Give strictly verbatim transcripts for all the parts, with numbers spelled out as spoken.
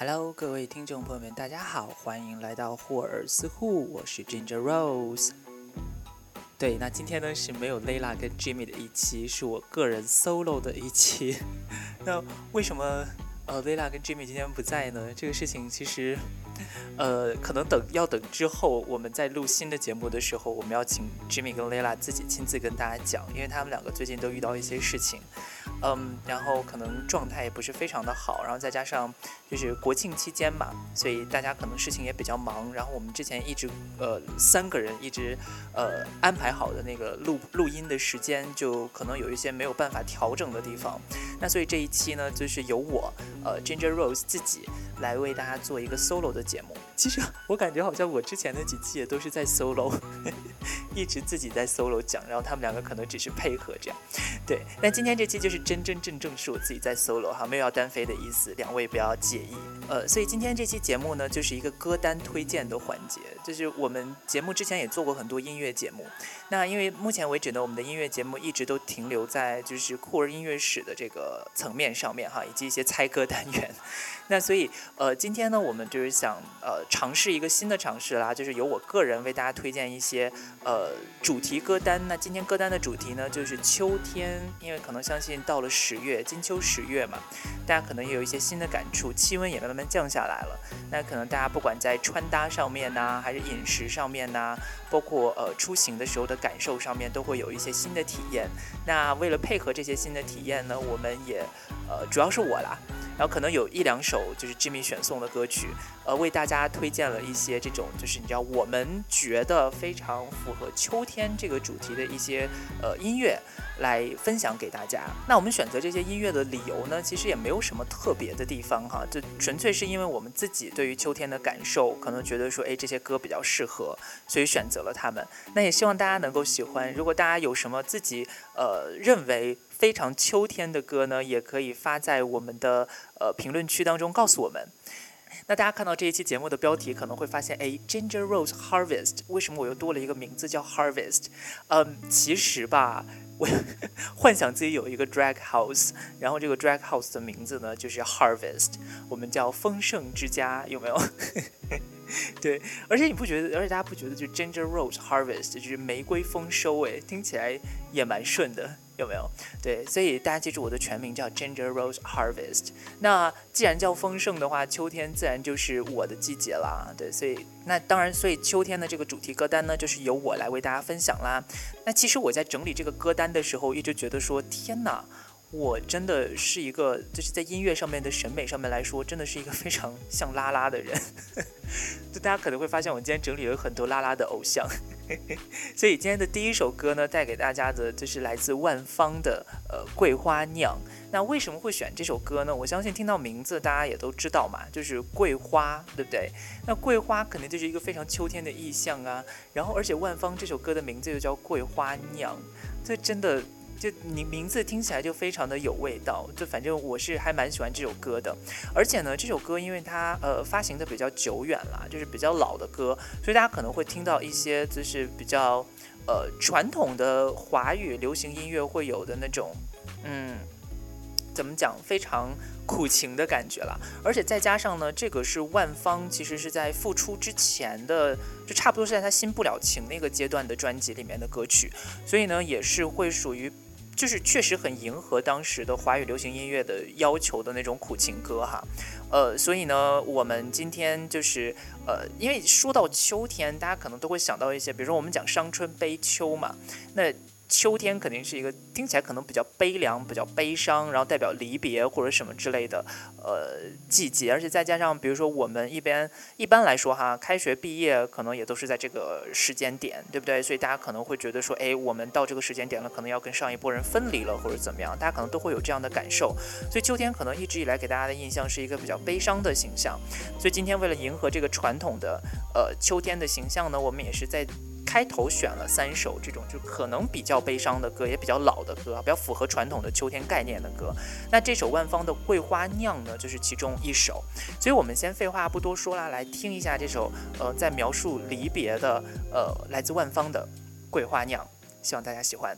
Hello，各位听众朋友们，大家好，欢迎来到霍尔斯户，我是 Ginger Rose。对，那今天呢是没有 Layla 跟 Jimmy 的一期，是我个人 solo 的一期。那为什么呃 Layla 跟 Jimmy 今天不在呢？这个事情其实呃可能等要等之后我们在录新的节目的时候，我们要请 Jimmy 跟 Layla 自己亲自跟大家讲，因为他们两个最近都遇到一些事情。嗯，然后可能状态也不是非常的好，然后再加上就是国庆期间嘛，所以大家可能事情也比较忙。然后我们之前一直呃三个人一直呃安排好的那个录录音的时间，就可能有一些没有办法调整的地方。那所以这一期呢，就是由我呃 Ginger Rose 自己来为大家做一个 solo 的节目。其实我感觉好像我之前的几期也都是在 solo， 一直自己在 solo 讲，然后他们两个可能只是配合这样。对，但今天这期就是真真正正是我自己在 solo 哈，没有要单飞的意思，两位不要介意。呃，所以今天这期节目呢，就是一个歌单推荐的环节。就是我们节目之前也做过很多音乐节目，那因为目前为止呢，我们的音乐节目一直都停留在就是酷儿音乐史的这个层面上面哈，以及一些猜歌单元。那所以呃，今天呢，我们就是想呃尝试一个新的尝试啦，就是由我个人为大家推荐一些呃主题歌单。那今天歌单的主题呢，就是秋天，因为可能相信到了十月，金秋十月嘛，大家可能也有一些新的感触，气温也慢慢降下来了。那可能大家不管在穿搭上面呐、啊，还是饮食上面呐、啊，包括呃出行的时候的感受上面，都会有一些新的体验。那为了配合这些新的体验呢，我们也呃主要是我啦。然后可能有一两首就是 Jimmy 选送的歌曲，呃，为大家推荐了一些这种就是你知道我们觉得非常符合秋天这个主题的一些呃音乐来分享给大家。那我们选择这些音乐的理由呢，其实也没有什么特别的地方哈，就纯粹是因为我们自己对于秋天的感受，可能觉得说，哎，这些歌比较适合，所以选择了它们。那也希望大家能够喜欢。如果大家有什么自己呃认为非常秋天的歌呢，也可以发在我们的呃评论区当中告诉我们。那大家看到这一期节目的标题，可能会发现，哎 ，Ginger Rose Harvest， 为什么我又多了一个名字叫 Harvest？ 嗯，其实吧，我幻想自己有一个 drag house， 然后这个 drag house 的名字呢就是 Harvest， 我们叫丰盛之家，有没有？对，而且你不觉得，而且大家不觉得就 Ginger Rose Harvest 就是玫瑰丰收，哎，听起来也蛮顺的。有没有？对，所以大家记住我的全名叫 Ginger Rose Harvest。那既然叫丰盛的话，秋天自然就是我的季节啦。对，所以那当然，所以秋天的这个主题歌单呢，就是由我来为大家分享啦。那其实我在整理这个歌单的时候，一直觉得说，天哪！我真的是一个，就是在音乐上面的审美上面来说，真的是一个非常像拉拉的人。就大家可能会发现，我今天整理了很多拉拉的偶像。所以今天的第一首歌呢，带给大家的就是来自万芳的呃《桂花酿》。那为什么会选这首歌呢？我相信听到名字大家也都知道嘛，就是桂花，对不对？那桂花肯定就是一个非常秋天的意象啊。然后而且万芳这首歌的名字又叫《桂花酿》，这真的。就你名字听起来就非常的有味道，就反正我是还蛮喜欢这首歌的。而且呢，这首歌因为它呃发行的比较久远啦，就是比较老的歌，所以大家可能会听到一些就是比较呃传统的华语流行音乐会有的那种嗯怎么讲非常苦情的感觉啦。而且再加上呢，这个是万芳其实是在复出之前的，就差不多是在他新不了情那个阶段的专辑里面的歌曲，所以呢也是会属于就是确实很迎合当时的华语流行音乐的要求的那种苦情歌哈。呃，所以呢，我们今天就是呃，因为说到秋天，大家可能都会想到一些，比如说我们讲伤春悲秋嘛，那秋天肯定是一个听起来可能比较悲凉、比较悲伤，然后代表离别或者什么之类的呃季节，而且再加上比如说我们一边一般来说哈，开学毕业可能也都是在这个时间点，对不对？所以大家可能会觉得说，哎，我们到这个时间点了，可能要跟上一波人分离了或者怎么样，大家可能都会有这样的感受。所以秋天可能一直以来给大家的印象是一个比较悲伤的形象，所以今天为了迎合这个传统的呃秋天的形象呢，我们也是在开头选了三首这种就可能比较悲伤的歌，也比较老的歌，比较符合传统的秋天概念的歌。那这首万芳的《桂花酿》呢，就是其中一首。所以我们先废话不多说啦，来听一下这首呃在描述离别的呃来自万芳的《桂花酿》，希望大家喜欢。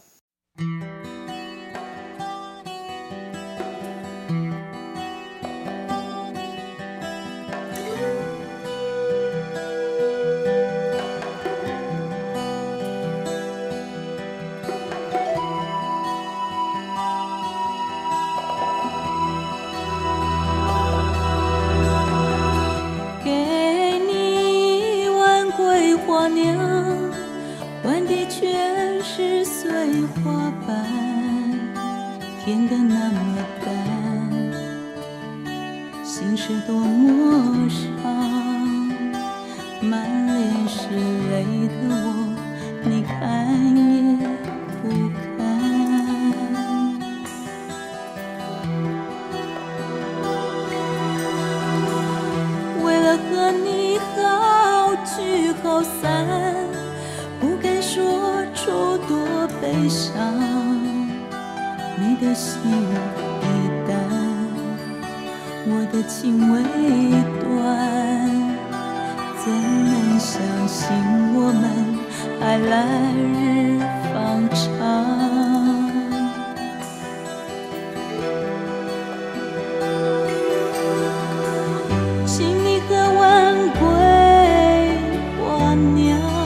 变得那么淡，心是多么伤，满脸是泪的我，你看也不看。为了和你好聚好散，不敢说出多悲伤，你的心已淡，我的情未断，怎能相信我们还来日方长？请你喝完桂花酿，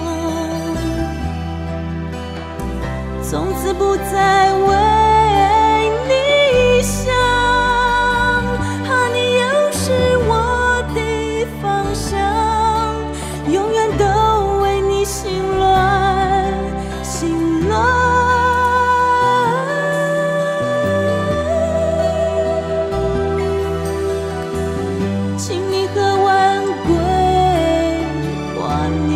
从此不再为你想，啊，你又是我的方向，永远都为你心乱心乱。请你喝完桂花酿，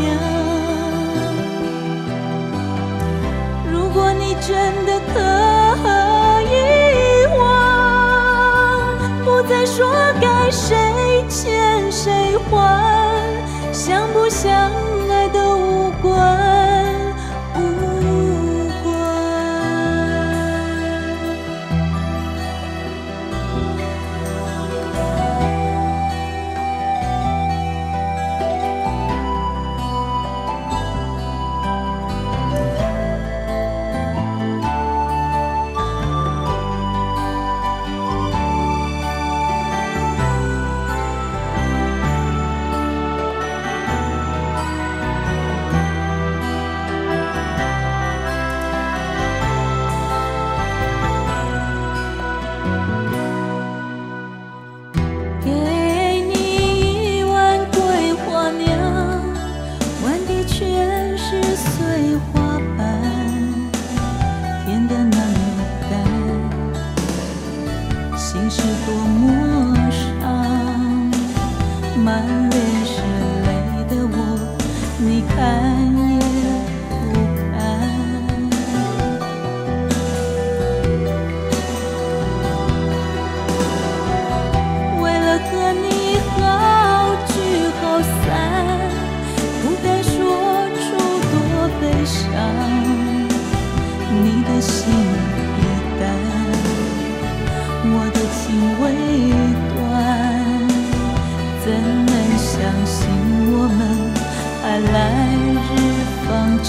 如果你真的可以忘，不再说该谁欠谁还，想不想爱都无关无关。给你一碗桂花酿，碗底全是碎花瓣，甜得那么淡，心是多么伤，满脸是泪的我，你看也不看。为了和你好聚好散，不该说出多悲伤，你的心已淡，我的情未断，怎能相信我们还来日方长？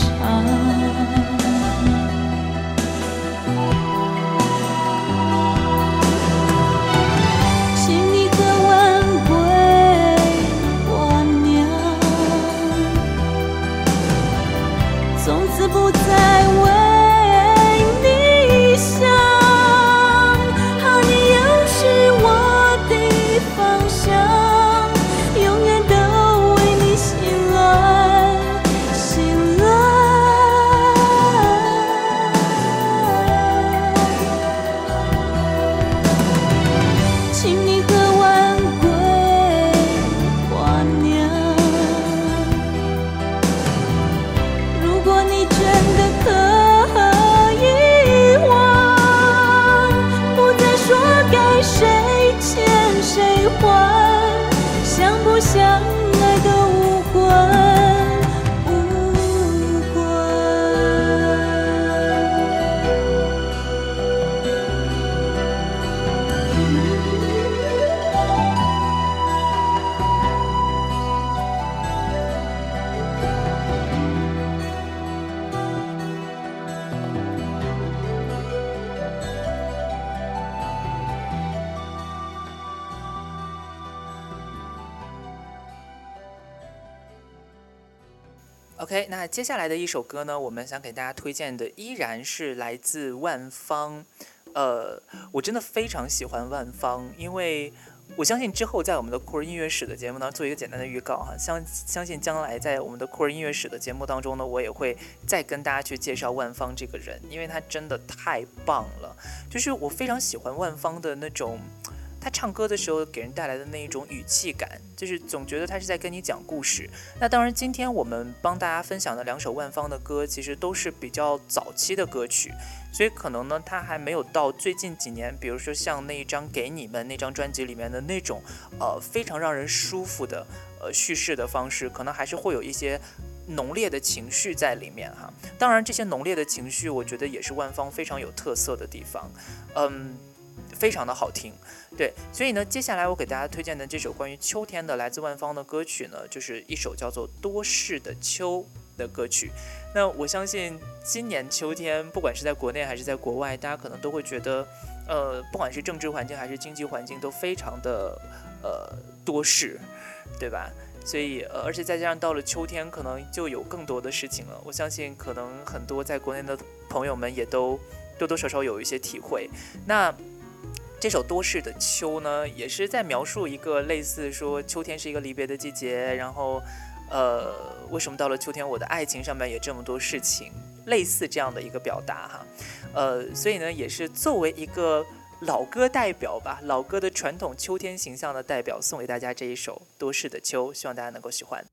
请你喝完桂花酿，从此不再为你想，啊，你又是我的方向，永远都为你心乱心乱。请你喝完桂花酿，如果你真的可以忘，不再说该谁欠谁还，想不想爱都无关无关。 OK， 那接下来的一首歌呢，我们想给大家推荐的依然是来自万芳。呃，我真的非常喜欢万芳，因为我相信之后在我们的酷儿音乐史的节目当中做一个简单的预告哈，相相信将来在我们的酷儿音乐史的节目当中呢，我也会再跟大家去介绍万芳这个人，因为他真的太棒了。就是我非常喜欢万芳的那种，他唱歌的时候给人带来的那一种语气感，就是总觉得他是在跟你讲故事。那当然，今天我们帮大家分享的两首万芳的歌，其实都是比较早期的歌曲。所以可能呢，他还没有到最近几年，比如说像那一张《给你们》那张专辑里面的那种，呃，非常让人舒服的呃叙事的方式，可能还是会有一些浓烈的情绪在里面哈。当然，这些浓烈的情绪，我觉得也是万芳非常有特色的地方，嗯，非常的好听。对，所以呢，接下来我给大家推荐的这首关于秋天的来自万芳的歌曲呢，就是一首叫做《多事的秋》的歌曲。那我相信今年秋天，不管是在国内还是在国外，大家可能都会觉得，呃，不管是政治环境还是经济环境，都非常的呃多事，对吧？所以呃，而且再加上到了秋天，可能就有更多的事情了。我相信可能很多在国内的朋友们也都多多少少有一些体会。那这首多事的秋呢，也是在描述一个类似说秋天是一个离别的季节，然后呃，为什么到了秋天我的爱情上面也这么多事情，类似这样的一个表达哈。呃，所以呢，也是作为一个老歌代表吧，老歌的传统秋天形象的代表，送给大家这一首多事的秋，希望大家能够喜欢。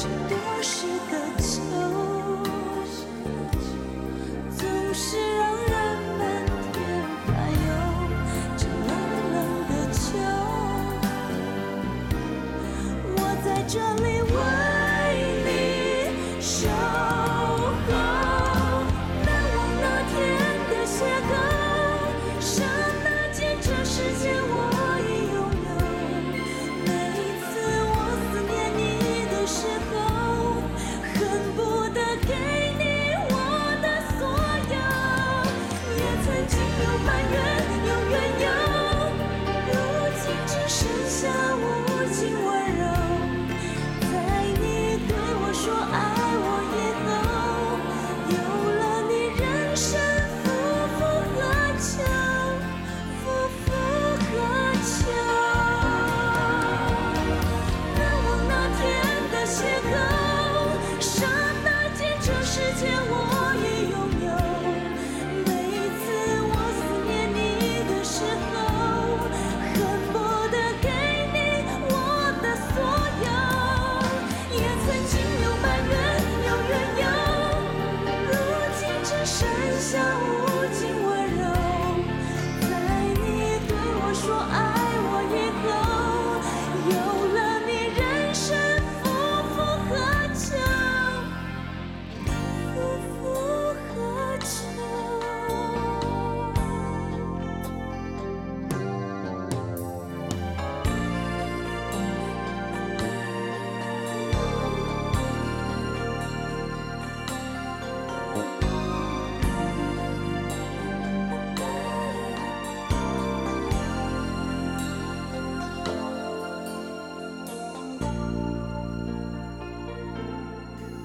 是让人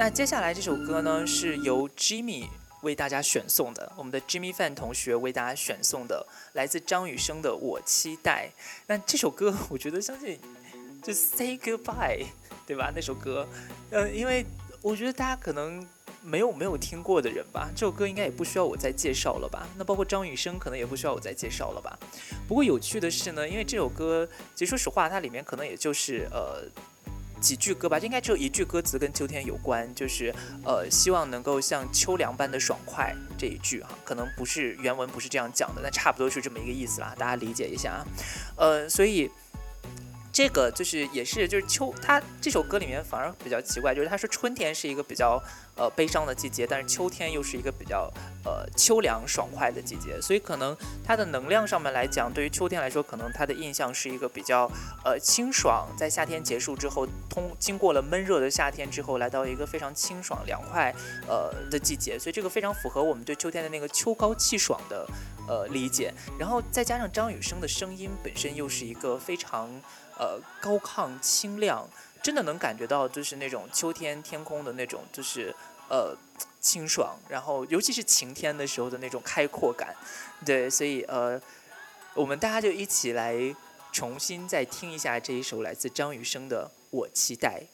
那接下来这首歌呢，是由 Jimmy 为大家选送的，我们的 Jimmy Fan 同学为大家选送的，来自张雨生的《我期待》。那这首歌，我觉得相信就 Say Goodbye， 对吧？那首歌，呃，因为我觉得大家可能没有没有听过的人吧，这首歌应该也不需要我再介绍了吧？那包括张雨生可能也不需要我再介绍了吧？不过有趣的是呢，因为这首歌，其实说实话，它里面可能也就是呃。几句歌吧，应该只有一句歌词跟秋天有关，就是呃，希望能够像秋凉般的爽快这一句哈，可能不是原文不是这样讲的，但差不多是这么一个意思啦，大家理解一下啊。呃，所以这个就是也是就是秋，它这首歌里面反而比较奇怪，就是他说春天是一个比较呃悲伤的季节，但是秋天又是一个比较呃秋凉爽快的季节，所以可能它的能量上面来讲，对于秋天来说，可能它的印象是一个比较呃清爽，在夏天结束之后，通经过了闷热的夏天之后，来到一个非常清爽凉快呃的季节，所以这个非常符合我们对秋天的那个秋高气爽的呃理解，然后再加上张雨生的声音本身又是一个非常呃高亢清亮，真的能感觉到就是那种秋天天空的那种就是呃清爽，然后尤其是晴天的时候的那种开阔感，对，所以呃我们大家就一起来重新再听一下这一首来自张雨生的《我期待》。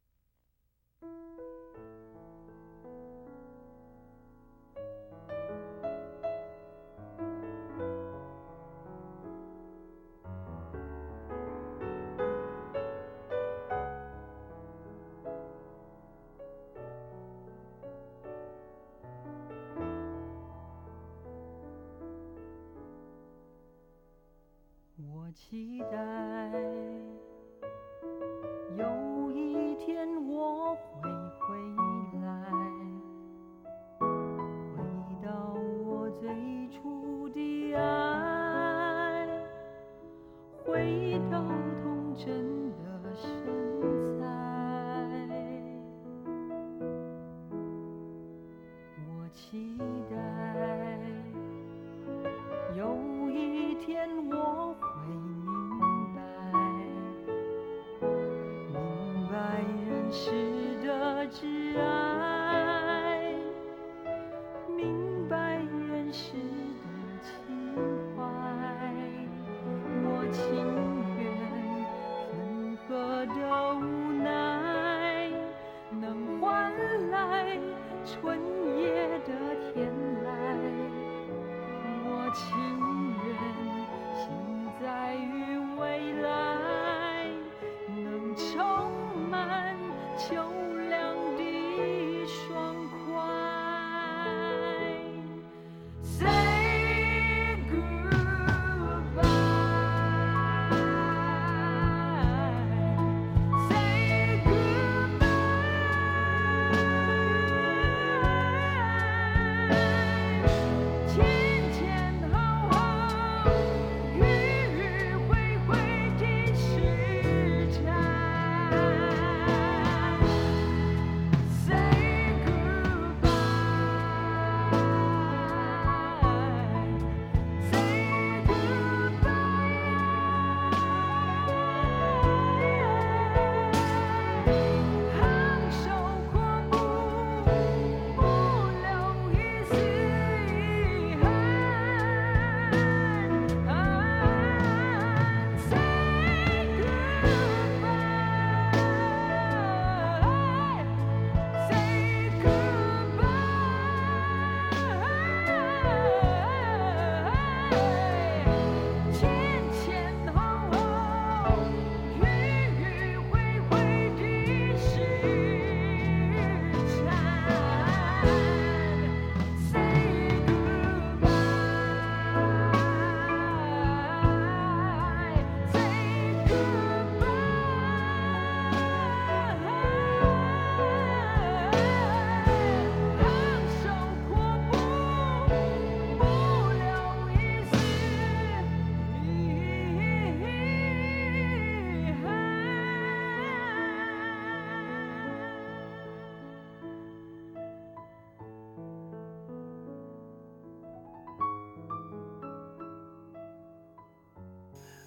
我期待有一天我会回来，回到我最初的爱，回到童真的身材。我期待有一天我会明白，明白人世的挚爱，明白人世的情怀。我情愿分合的无奈，能换来春夜的天籁。我情现在与未来能充满秋凉的爽快。Say goodbye, say goodbye。前前后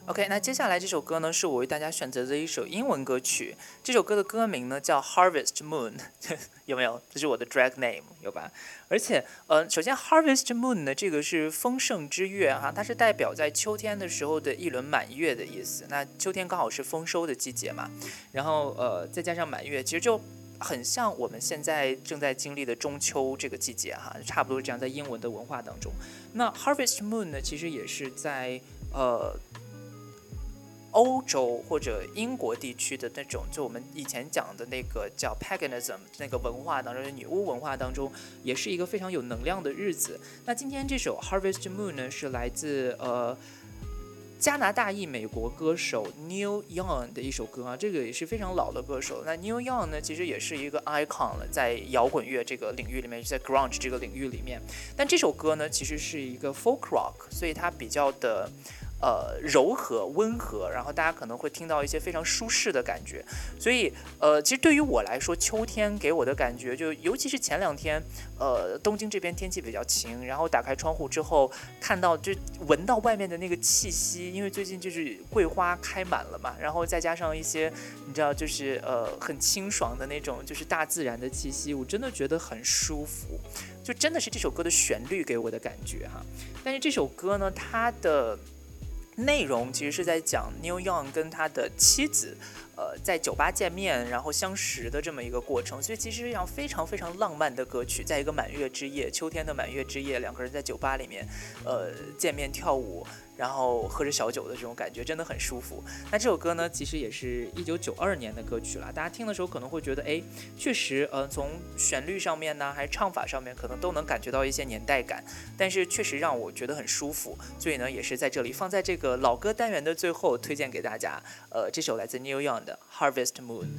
OK， 那接下来这首歌呢，是我为大家选择的一首英文歌曲。这首歌的歌名呢叫 Harvest Moon， 有没有？这是我的 drag name， 有吧？而且，呃，首先 Harvest Moon 呢，这个是丰盛之月哈，它是代表在秋天的时候的一轮满月的意思。那秋天刚好是丰收的季节嘛，然后呃，再加上满月，其实就很像我们现在正在经历的中秋这个季节哈，差不多这样，在英文的文化当中。那 Harvest Moon 呢，其实也是在呃。欧洲或者英国地区的那种，就我们以前讲的那个叫 paganism 那个文化当中，女巫文化当中，也是一个非常有能量的日子。那今天这首 Harvest Moon 呢，是来自呃加拿大裔美国歌手 Neil Young 的一首歌啊，这个也是非常老的歌手。那 Neil Young 呢，其实也是一个 icon 了，在摇滚乐这个领域里面，在 grunge 这个领域里面。但这首歌呢，其实是一个 folk rock， 所以它比较的。呃，柔和温和，然后大家可能会听到一些非常舒适的感觉，所以呃，其实对于我来说，秋天给我的感觉就，尤其是前两天，呃，东京这边天气比较晴，然后打开窗户之后，看到就闻到外面的那个气息，因为最近就是桂花开满了嘛，然后再加上一些你知道就是呃很清爽的那种就是大自然的气息，我真的觉得很舒服，就真的是这首歌的旋律给我的感觉哈。但是这首歌呢，它的内容其实是在讲 Neil Young 跟他的妻子，呃，在酒吧见面，然后相识的这么一个过程，所以其实非常非常非常浪漫的歌曲，在一个满月之夜，秋天的满月之夜，两个人在酒吧里面，呃，见面跳舞，然后喝着小酒的这种感觉，真的很舒服。那这首歌呢，其实也是一九九二年的歌曲了，大家听的时候可能会觉得，哎，确实，呃，从旋律上面呢，还是唱法上面，可能都能感觉到一些年代感，但是确实让我觉得很舒服，所以呢，也是在这里放在这个老歌单元的最后推荐给大家，呃，这首来自 Neil Young 的 Harvest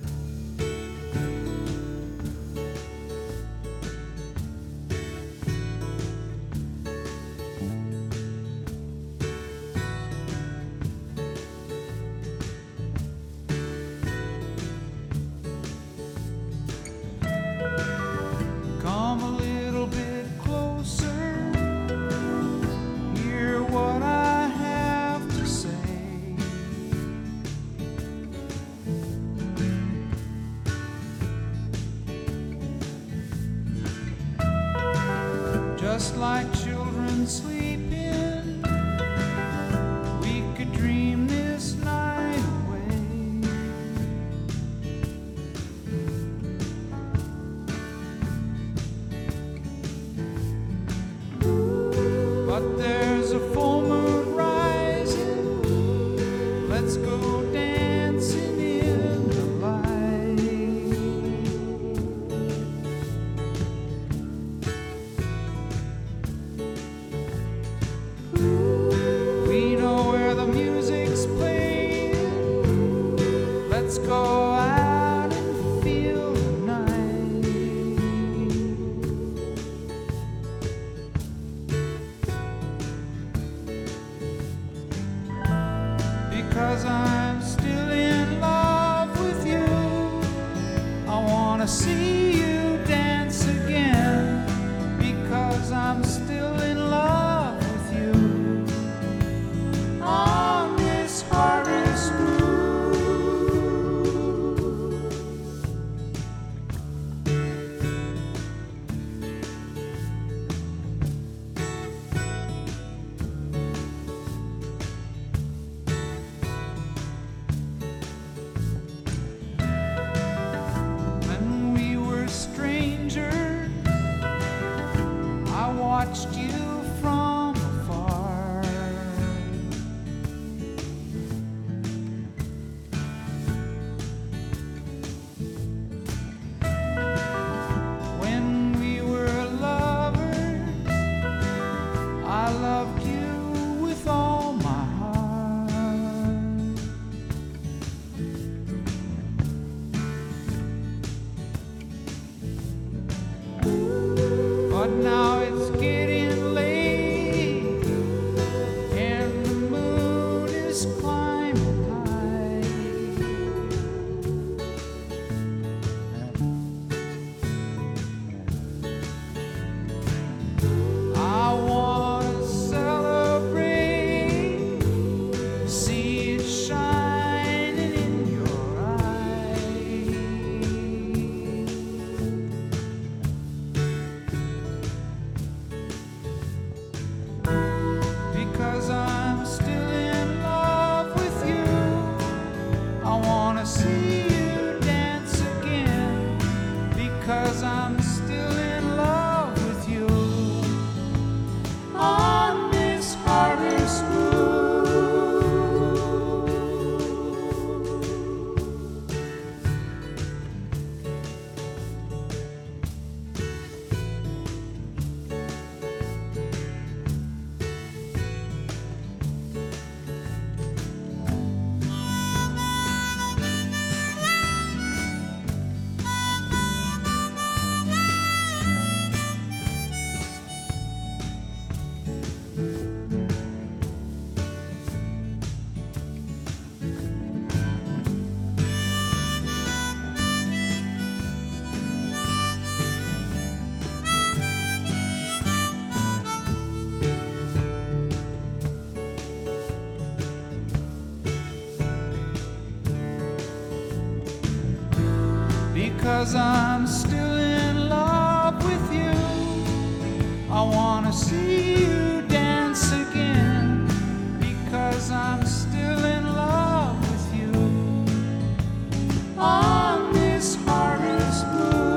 Moon。Just like children sleeping, we could dream this night away. But there's a full moon rising, let's go dancing in the light. We know where the music's playing, let's go out and feel the night. Because I'm still in love with you, I wanna see you dance again. Because I'm still in love with you on this harvest moon. When we were strangers, I watched you from afar. When we were lovers, I loved you with all my heart. But now it's getting late, and the moon is climbing high. I wanna celebrate, see because I'm still in love with you. I wanna see you dance again because I'm still in love with you. On this harvest moon.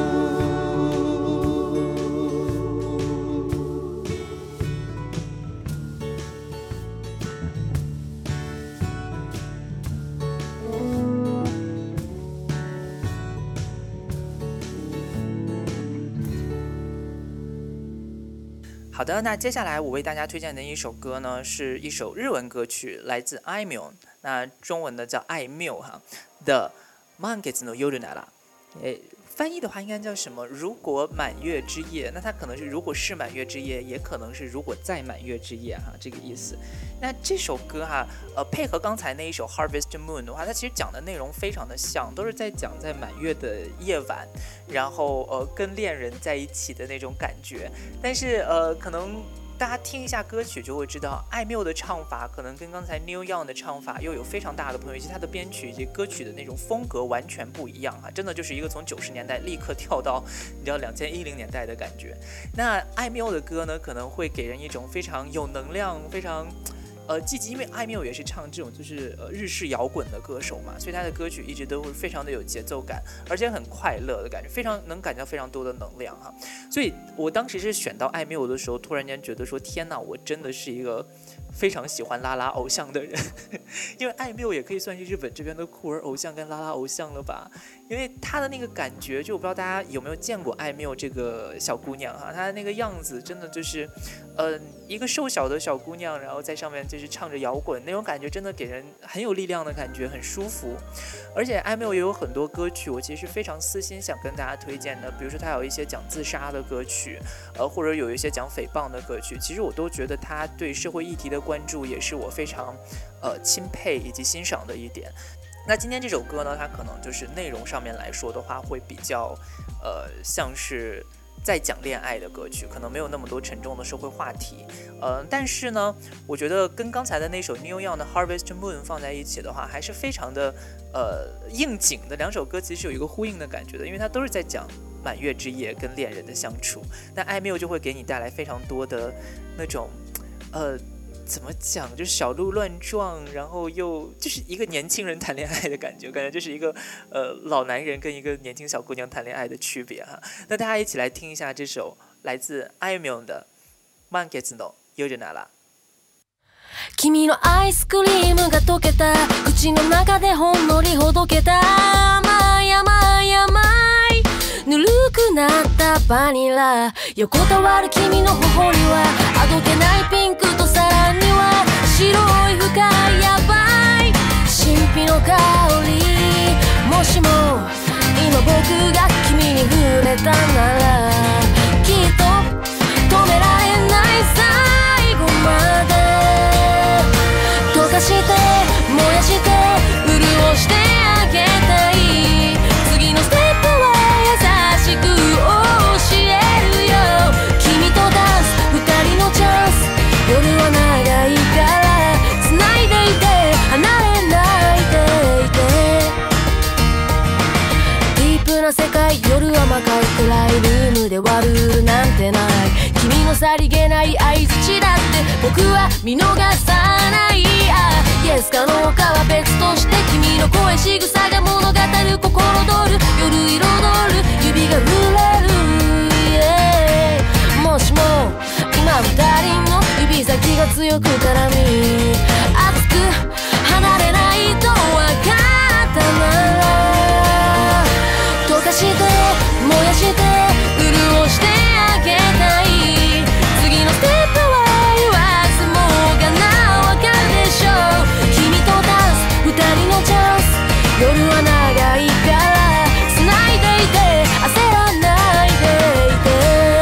好的，那接下来我为大家推荐的一首歌呢，是一首日文歌曲，来自あいみょん，那中文的叫爱缪哈的満月の夜なら，诶，翻译的话应该叫什么？如果满月之夜，那它可能是如果是满月之夜，也可能是如果在满月之夜哈，这个意思。那这首歌哈，呃，配合刚才那一首 Harvest Moon 的话，它其实讲的内容非常的像，都是在讲在满月的夜晚，然后呃跟恋人在一起的那种感觉。但是呃，可能大家听一下歌曲就会知道，爱缪的唱法可能跟刚才 Neil Young 的唱法又有非常大的不同，以及他的编曲以及歌曲的那种风格完全不一样啊！真的就是一个从九十年代立刻跳到你知道两千一零年代的感觉。那爱缪的歌呢，可能会给人一种非常有能量、非常。呃，积极，因为爱缪也是唱这种就是呃日式摇滚的歌手嘛，所以他的歌曲一直都会非常的有节奏感，而且很快乐的感觉，非常能感觉到非常多的能量哈。所以我当时是选到爱缪的时候，突然间觉得说，天哪，我真的是一个非常喜欢拉拉偶像的人，因为爱缪也可以算是日本这边的酷儿偶像跟拉拉偶像了吧。因为她的那个感觉，就我不知道大家有没有见过爱缪这个小姑娘哈，她的那个样子真的就是，呃，一个瘦小的小姑娘，然后在上面就是唱着摇滚，那种感觉真的给人很有力量的感觉，很舒服。而且爱缪也有很多歌曲，我其实非常私心想跟大家推荐的，比如说她有一些讲自杀的歌曲，呃，或者有一些讲诽谤的歌曲，其实我都觉得她对社会议题的关注也是我非常，呃，钦佩以及欣赏的一点。那今天这首歌呢，它可能就是内容上面来说的话，会比较，呃，像是在讲恋爱的歌曲，可能没有那么多沉重的社会话题，呃，但是呢，我觉得跟刚才的那首 Neil Young 的 Harvest Moon 放在一起的话，还是非常的，呃，应景的。两首歌其实有一个呼应的感觉的，因为它都是在讲满月之夜跟恋人的相处。那爱缪就会给你带来非常多的那种，呃。怎么讲，就是小鹿乱撞，然后又就是一个年轻人谈恋爱的感觉，感觉就是一个呃老男人跟一个年轻小姑娘谈恋爱的区别哈。那大家一起来听一下这首来自あいみょん的満月の夜なら。 君のアイスクリームが溶けた口の中でほんのりほどけた甘い甘い甘いぬるくなったバニラ横たわる君の頬にはあどけないピンクとさらには白い深いやばい神秘の香りもしも今僕が君に触れたならきっと止められない最後まで溶かして燃やして潤してあげたい次のステップは優しく教えるよ君とダンス二人のチャンス夜は長いから繋いでいて離れないでいてディープな世界夜は魔界暗いルームで割るなんてない君のさりげない相槌だって僕は見逃さないあイエスかノーかは別として君の声仕草が物語る心通る夜彩る指が触れる、yeah、もしも今二人の指先が強く絡み熱く離れないと分かったなら溶かして燃やして潤してあげたい次のステップは言わずもがなわかるでしょう君とダンス二人のチャンス夜は長いから繋いでいて焦らないでいて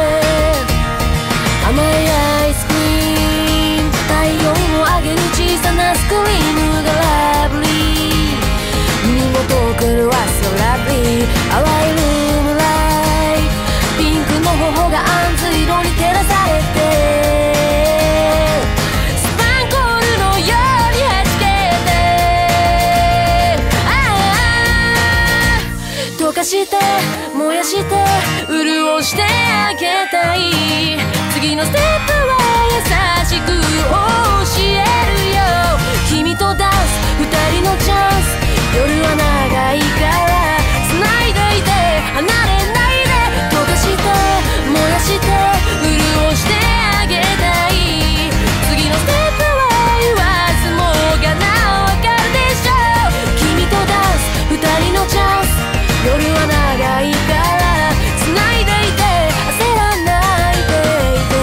甘いアイスクリーム体温を上げる小さなスクリームがラブリー耳元を狂わすよラブリー淡いルームライトピンクの頬があんず色に照らされてスパンコールのようにはじけてああ溶かしして燃やして潤してあげたい次のステップは優しく教えるよ君とダンス二人のチャンス夜は長いから繋いでいて離れないで溶かして燃やして潤してあげたい次のステップは言わずもがなわかるでしょ君とダンス二人のチャンス夜は長いから繋いでいて焦らないでいて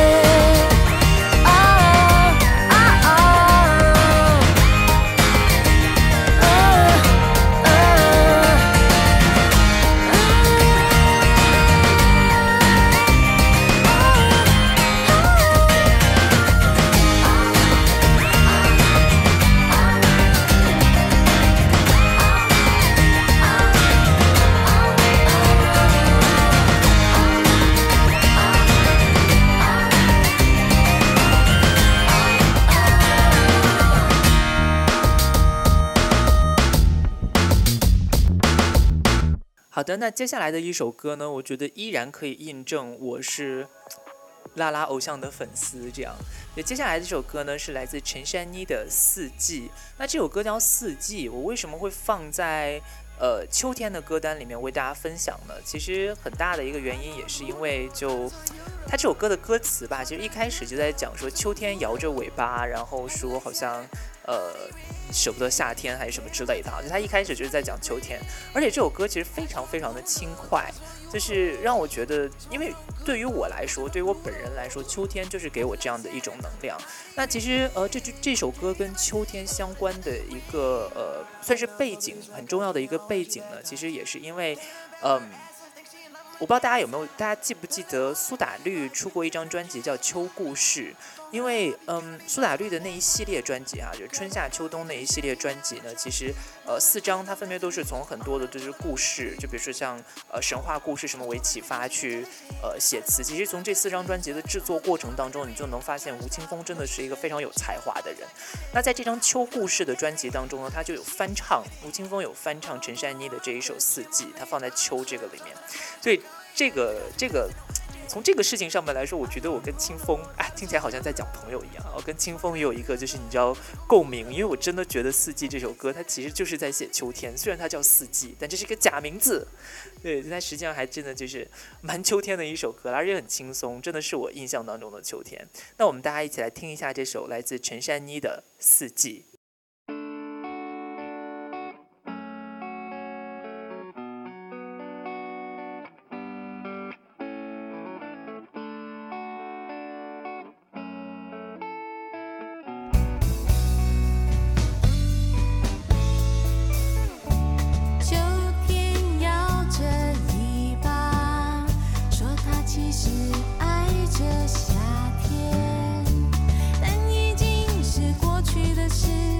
あああああ好的，那接下来的一首歌呢，我觉得依然可以印证我是拉拉偶像的粉丝。这样，那接下来这首歌呢是来自陈珊妮的《四季》。那这首歌叫《四季》，我为什么会放在呃秋天的歌单里面为大家分享呢？其实很大的一个原因也是因为就他这首歌的歌词吧，其实一开始就在讲说秋天摇着尾巴，然后说好像呃舍不得夏天还是什么之类的，就他一开始就是在讲秋天，而且这首歌其实非常非常的轻快，就是让我觉得，因为对于我来说，对于我本人来说，秋天就是给我这样的一种能量。那其实呃这这首歌跟秋天相关的一个呃算是背景很重要的一个背景呢，其实也是因为嗯。我不知道大家有没有，大家记不记得苏打绿出过一张专辑叫《秋故事》？因为嗯，苏打绿的那一系列专辑啊，就是春夏秋冬那一系列专辑呢，其实呃四张它分别都是从很多的就是故事，就比如说像呃神话故事什么为启发去呃写词。其实从这四张专辑的制作过程当中，你就能发现吴青峰真的是一个非常有才华的人。那在这张《秋故事》的专辑当中呢，他就有翻唱，吴青峰有翻唱陈珊妮的这一首《四季》，他放在秋这个里面，所以。这个这个，从这个事情上面来说，我觉得我跟清风，哎，听起来好像在讲朋友一样。我跟清风也有一个，就是你知道共鸣，因为我真的觉得《四季》这首歌，它其实就是在写秋天，虽然它叫四季，但这是一个假名字。对，它实际上还真的就是蛮秋天的一首歌，而且很轻松，真的是我印象当中的秋天。那我们大家一起来听一下这首来自陈珊妮的《四季》。 夏天，但已经是过去的事。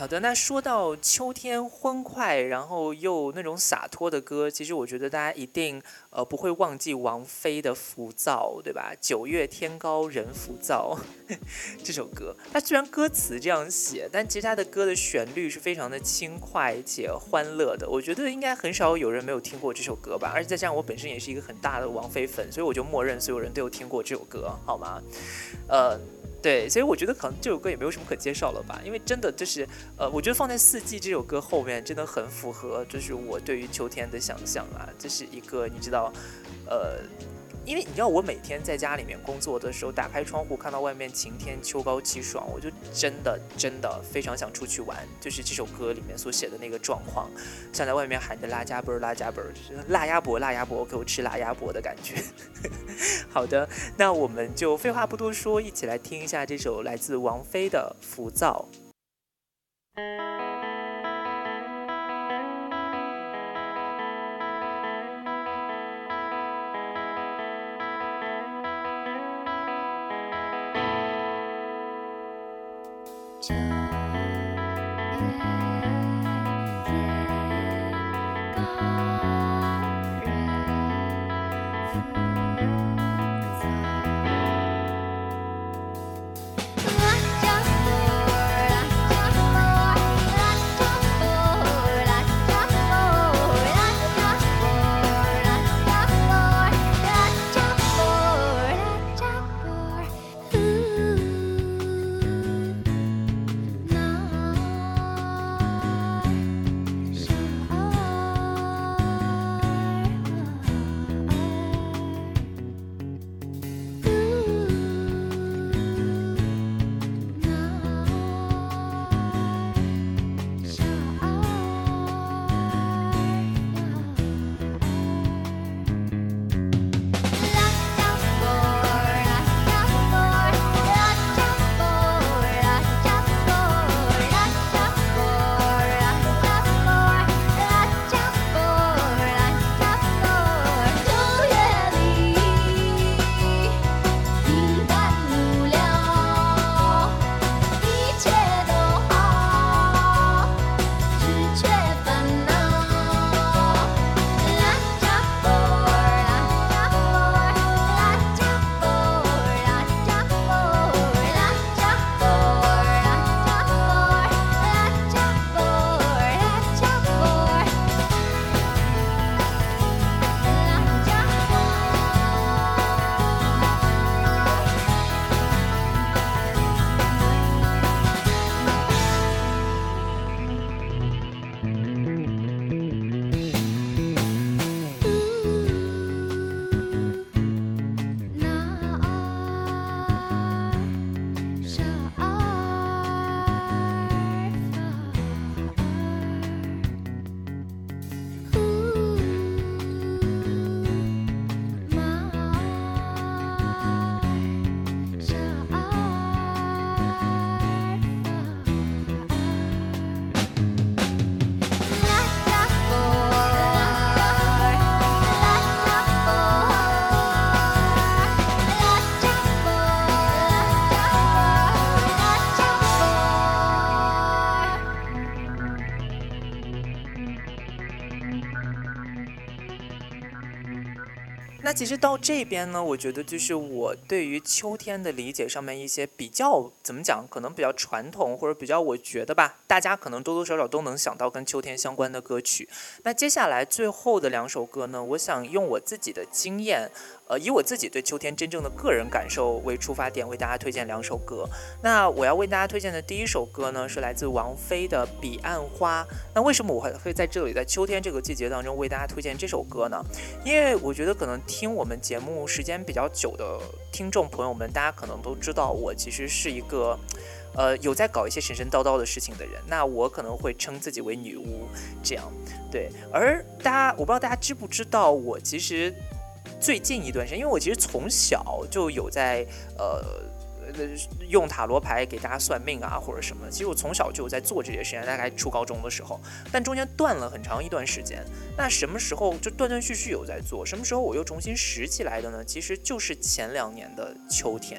好的，那说到秋天欢快，然后又那种洒脱的歌，其实我觉得大家一定呃不会忘记王菲的《浮躁》，对吧？九月天高人浮躁这首歌，它虽然歌词这样写，但其实它的歌的旋律是非常的轻快且欢乐的。我觉得应该很少有人没有听过这首歌吧。而且再加上我本身也是一个很大的王菲粉，所以我就默认所有人都有听过这首歌，好吗？呃。对，所以我觉得可能这首歌也没有什么可介绍了吧，因为真的就是，呃，我觉得放在四季这首歌后面真的很符合，就是我对于秋天的想象啊，这是一个你知道，呃，因为你知道我每天在家里面工作的时候，打开窗户看到外面晴天秋高气爽，我就真的真的非常想出去玩，就是这首歌里面所写的那个状况，像在外面喊着拉加波拉加波，就是辣鸭脖辣鸭脖，给我吃辣鸭脖的感觉。好的，那我们就废话不多说，一起来听一下这首来自王菲的《浮躁》。那其实到这边呢，我觉得就是我对于秋天的理解上面一些比较怎么讲，可能比较传统或者比较我觉得吧，大家可能多多少少都能想到跟秋天相关的歌曲。那接下来最后的两首歌呢，我想用我自己的经验，呃，以我自己对秋天真正的个人感受为出发点，为大家推荐两首歌。那我要为大家推荐的第一首歌呢，是来自王菲的《彼岸花》。那为什么我会在这里在秋天这个季节当中为大家推荐这首歌呢？因为我觉得可能听我们节目时间比较久的听众朋友们，大家可能都知道我其实是一个呃有在搞一些神神叨叨的事情的人。那我可能会称自己为女巫，这样对。而大家我不知道大家知不知道，我其实最近一段时间，因为我其实从小就有在呃用塔罗牌给大家算命啊或者什么，其实我从小就有在做这些事情，大概初高中的时候，但中间断了很长一段时间。那什么时候就断断续续有在做，什么时候我又重新拾起来的呢？其实就是前两年的秋天。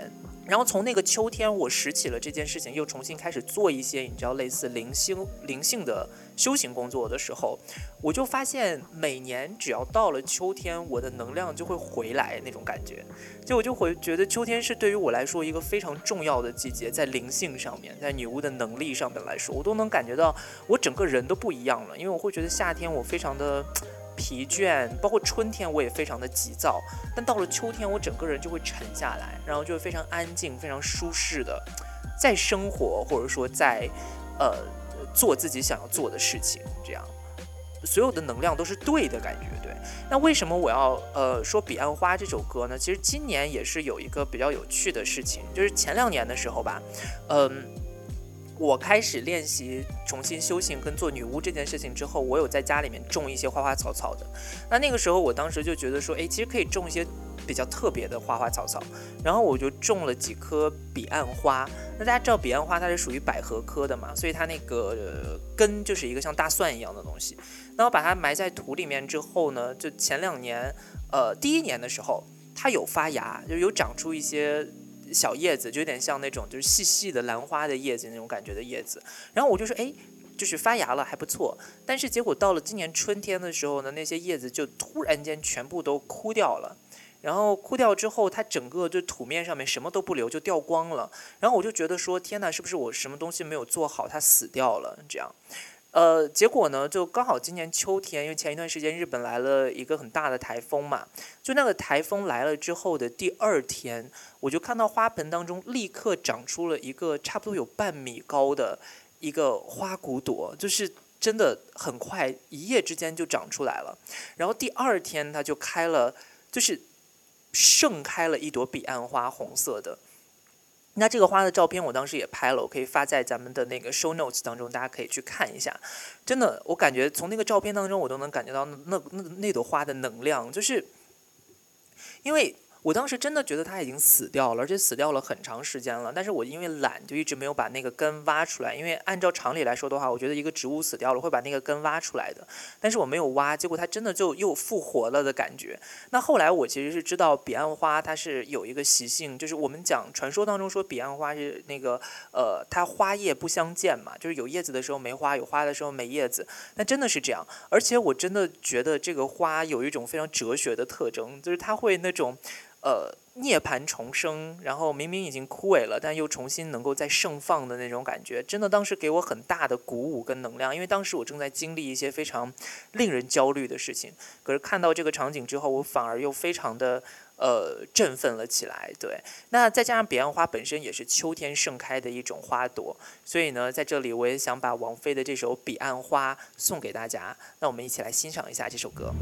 然后从那个秋天我拾起了这件事情，又重新开始做一些你知道类似灵性灵性的修行工作的时候，我就发现每年只要到了秋天，我的能量就会回来那种感觉。就我就会觉得秋天是对于我来说一个非常重要的季节，在灵性上面，在女巫的能力上面来说，我都能感觉到我整个人都不一样了。因为我会觉得夏天我非常的疲倦，包括春天我也非常的急躁，但到了秋天我整个人就会沉下来，然后就非常安静非常舒适的在生活，或者说在呃做自己想要做的事情，这样所有的能量都是对的感觉。对，那为什么我要呃说彼岸花这首歌呢？其实今年也是有一个比较有趣的事情，就是前两年的时候吧，嗯我开始练习重新修行跟做女巫这件事情之后，我有在家里面种一些花花草草的。那那个时候我当时就觉得说，哎，其实可以种一些比较特别的花花草草，然后我就种了几棵彼岸花。那大家知道彼岸花它是属于百合科的嘛，所以它那个、呃、根就是一个像大蒜一样的东西。那我把它埋在土里面之后呢，就前两年呃第一年的时候它有发芽，就有长出一些小叶子，就有点像那种就是细细的兰花的叶子那种感觉的叶子。然后我就说，哎，就是发芽了还不错。但是结果到了今年春天的时候呢，那些叶子就突然间全部都枯掉了。然后枯掉之后，它整个就土面上面什么都不留，就掉光了。然后我就觉得说，天哪，是不是我什么东西没有做好，它死掉了？这样。呃，结果呢，就刚好今年秋天，因为前一段时间日本来了一个很大的台风嘛，就那个台风来了之后的第二天，我就看到花盆当中立刻长出了一个差不多有半米高的一个花骨朵，就是真的很快，一夜之间就长出来了。然后第二天它就开了，就是盛开了一朵彼岸花，红色的。那这个花的照片我当时也拍了，我可以发在咱们的那个 show notes 当中，大家可以去看一下。真的，我感觉从那个照片当中，我都能感觉到那那那朵花的能量，就是因为我当时真的觉得它已经死掉了，而且死掉了很长时间了。但是我因为懒，就一直没有把那个根挖出来。因为按照常理来说的话，我觉得一个植物死掉了会把那个根挖出来的，但是我没有挖，结果它真的就又复活了的感觉。那后来我其实是知道彼岸花它是有一个习性，就是我们讲传说当中说彼岸花是那个呃它花叶不相间嘛，就是有叶子的时候没花，有花的时候没叶子。那真的是这样，而且我真的觉得这个花有一种非常哲学的特征，就是它会那种呃，涅槃重生，然后明明已经枯萎了，但又重新能够再盛放的那种感觉，真的当时给我很大的鼓舞跟能量。因为当时我正在经历一些非常令人焦虑的事情，可是看到这个场景之后，我反而又非常的呃振奋了起来。对，那再加上彼岸花本身也是秋天盛开的一种花朵，所以呢，在这里我也想把王菲的这首《彼岸花》送给大家。那我们一起来欣赏一下这首歌。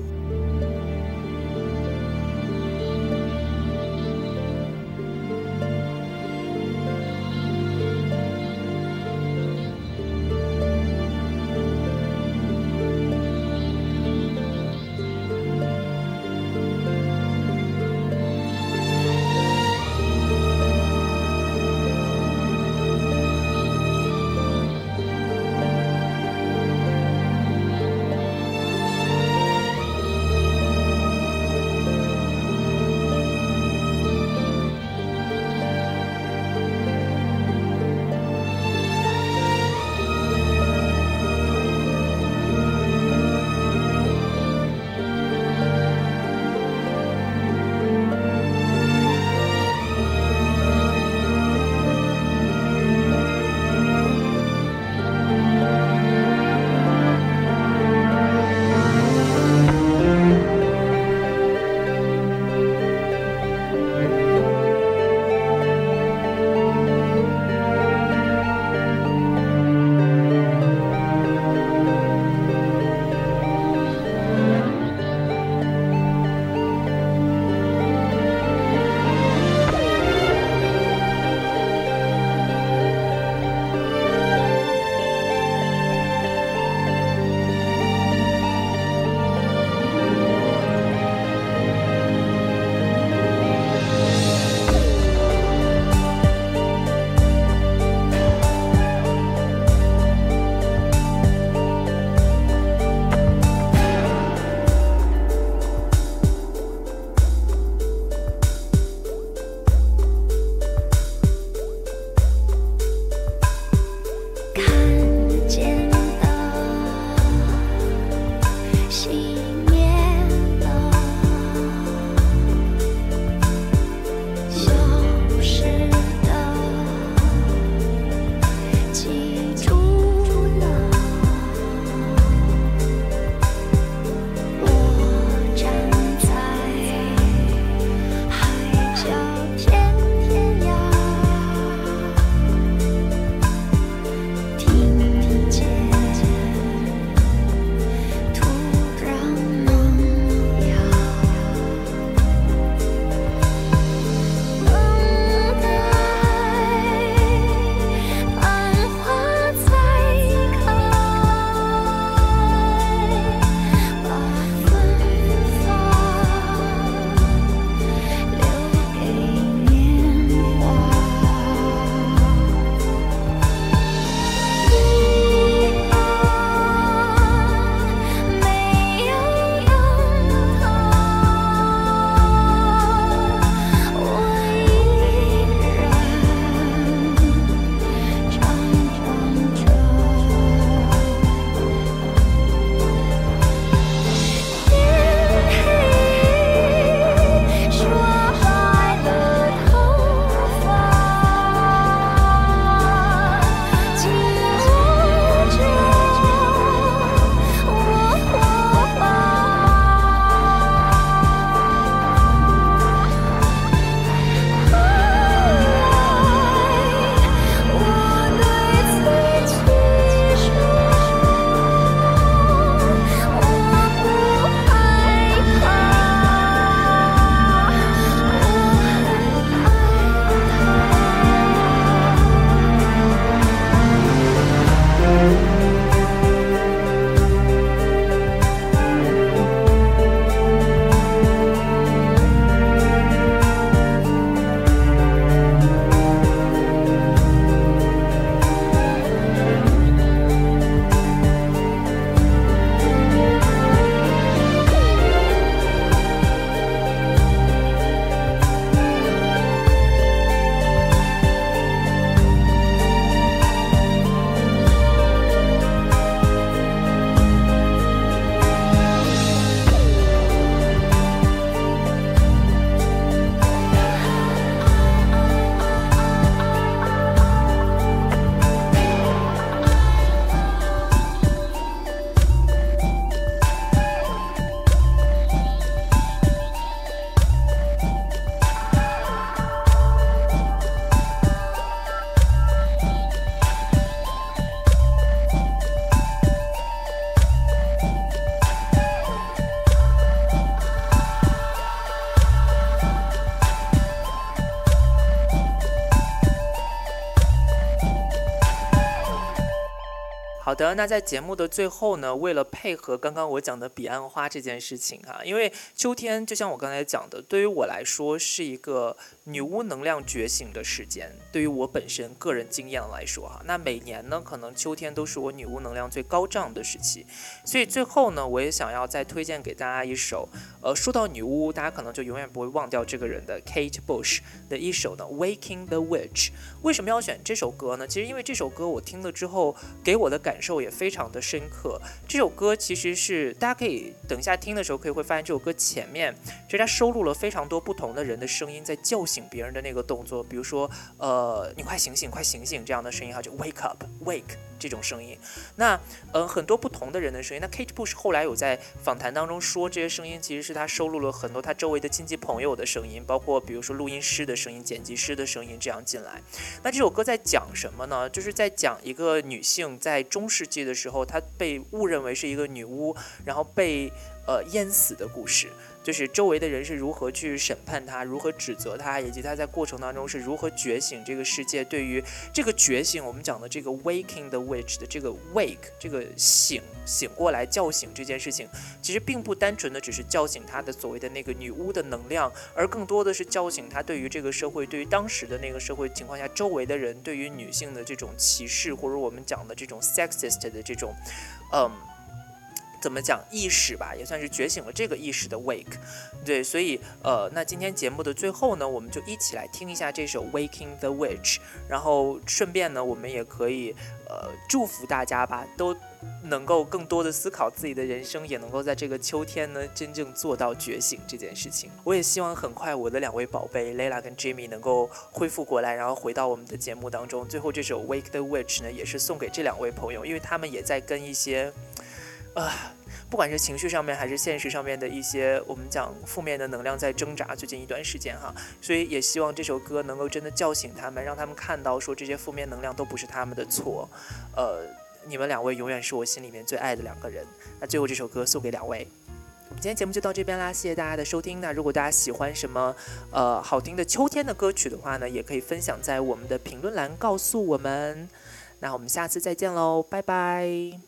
好的，那在节目的最后呢，为了配合刚刚我讲的彼岸花这件事情哈，因为秋天就像我刚才讲的，对于我来说是一个女巫能量觉醒的时间，对于我本身个人经验来说哈，那每年呢，可能秋天都是我女巫能量最高涨的时期，所以最后呢，我也想要再推荐给大家一首，呃，说到女巫，大家可能就永远不会忘掉这个人的 Kate Bush 的一首呢 Waking the Witch。为什么要选这首歌呢？其实因为这首歌我听了之后，给我的感受也非常的深刻。这首歌其实是大家可以等一下听的时候，可以会发现这首歌前面其实它收录了非常多不同的人的声音，在叫醒别人的那个动作，比如说呃，你快醒醒，快醒醒这样的声音，还有就 wake up，wake 这种声音。那呃很多不同的人的声音。那 Kate Bush 后来有在访谈当中说，这些声音其实是他收录了很多他周围的亲戚朋友的声音，包括比如说录音师的声音、剪辑师的声音这样进来。那这首歌在讲什么呢？就是在讲一个女性在中世纪的时候，她被误认为是一个女巫，然后被呃淹死的故事。就是周围的人是如何去审判她，如何指责她，以及她在过程当中是如何觉醒这个世界。对于这个觉醒，我们讲的这个 waking the witch 的这个 wake 这个醒醒过来叫醒这件事情，其实并不单纯的只是叫醒她的所谓的那个女巫的能量，而更多的是叫醒她对于这个社会，对于当时的那个社会情况下周围的人对于女性的这种歧视，或者我们讲的这种 sexist 的这种嗯怎么讲意识吧，也算是觉醒了这个意识的 wake。 对，所以呃，那今天节目的最后呢，我们就一起来听一下这首 Waking the Witch， 然后顺便呢，我们也可以呃祝福大家吧，都能够更多的思考自己的人生，也能够在这个秋天呢真正做到觉醒这件事情。我也希望很快我的两位宝贝 Layla 跟 Jimmy 能够恢复过来，然后回到我们的节目当中。最后这首 Wake the Witch 呢，也是送给这两位朋友，因为他们也在跟一些呃，不管是情绪上面还是现实上面的一些我们讲负面的能量在挣扎，最近一段时间哈，所以也希望这首歌能够真的叫醒他们，让他们看到说这些负面能量都不是他们的错。呃，你们两位永远是我心里面最爱的两个人。那最后这首歌送给两位。我们今天节目就到这边啦，谢谢大家的收听。那如果大家喜欢什么呃好听的秋天的歌曲的话呢，也可以分享在我们的评论栏告诉我们。那我们下次再见喽，拜拜。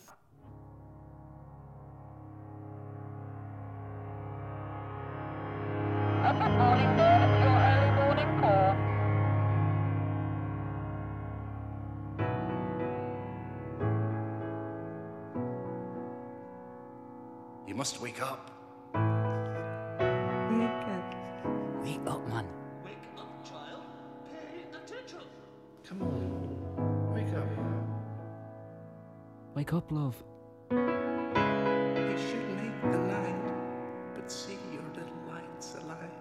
You must wake up. Wake up. Wake up, man. Wake up, child. Pay attention. Come on. Wake up. Wake up, love. You should make the light, but see your little lights alive.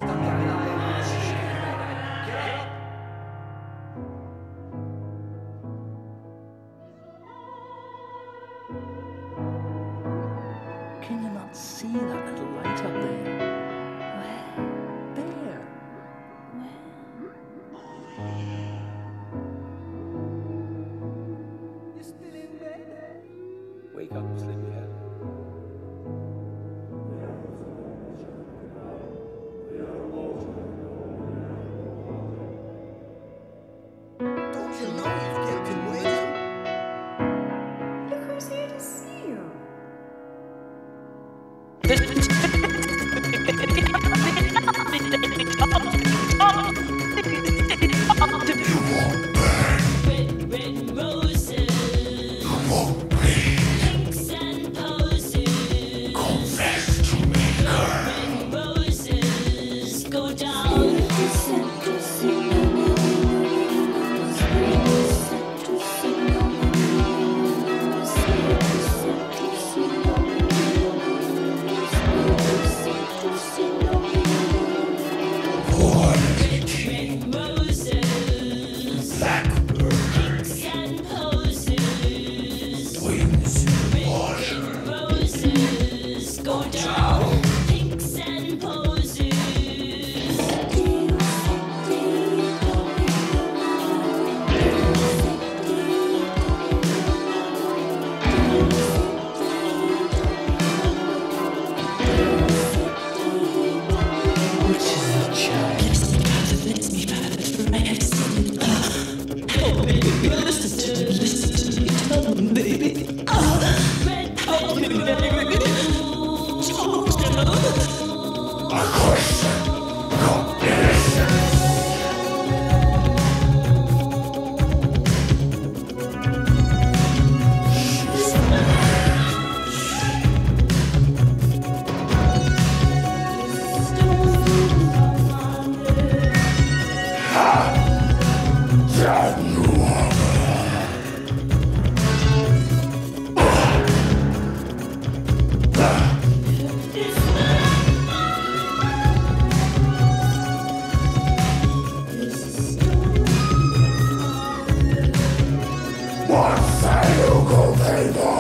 Can you not see that little light up there? Where? There. Where? You're still in bed. Wake up, sleepyhead. Don't you know you've kept him waiting? Look who's here to see you. 我才有口配吧。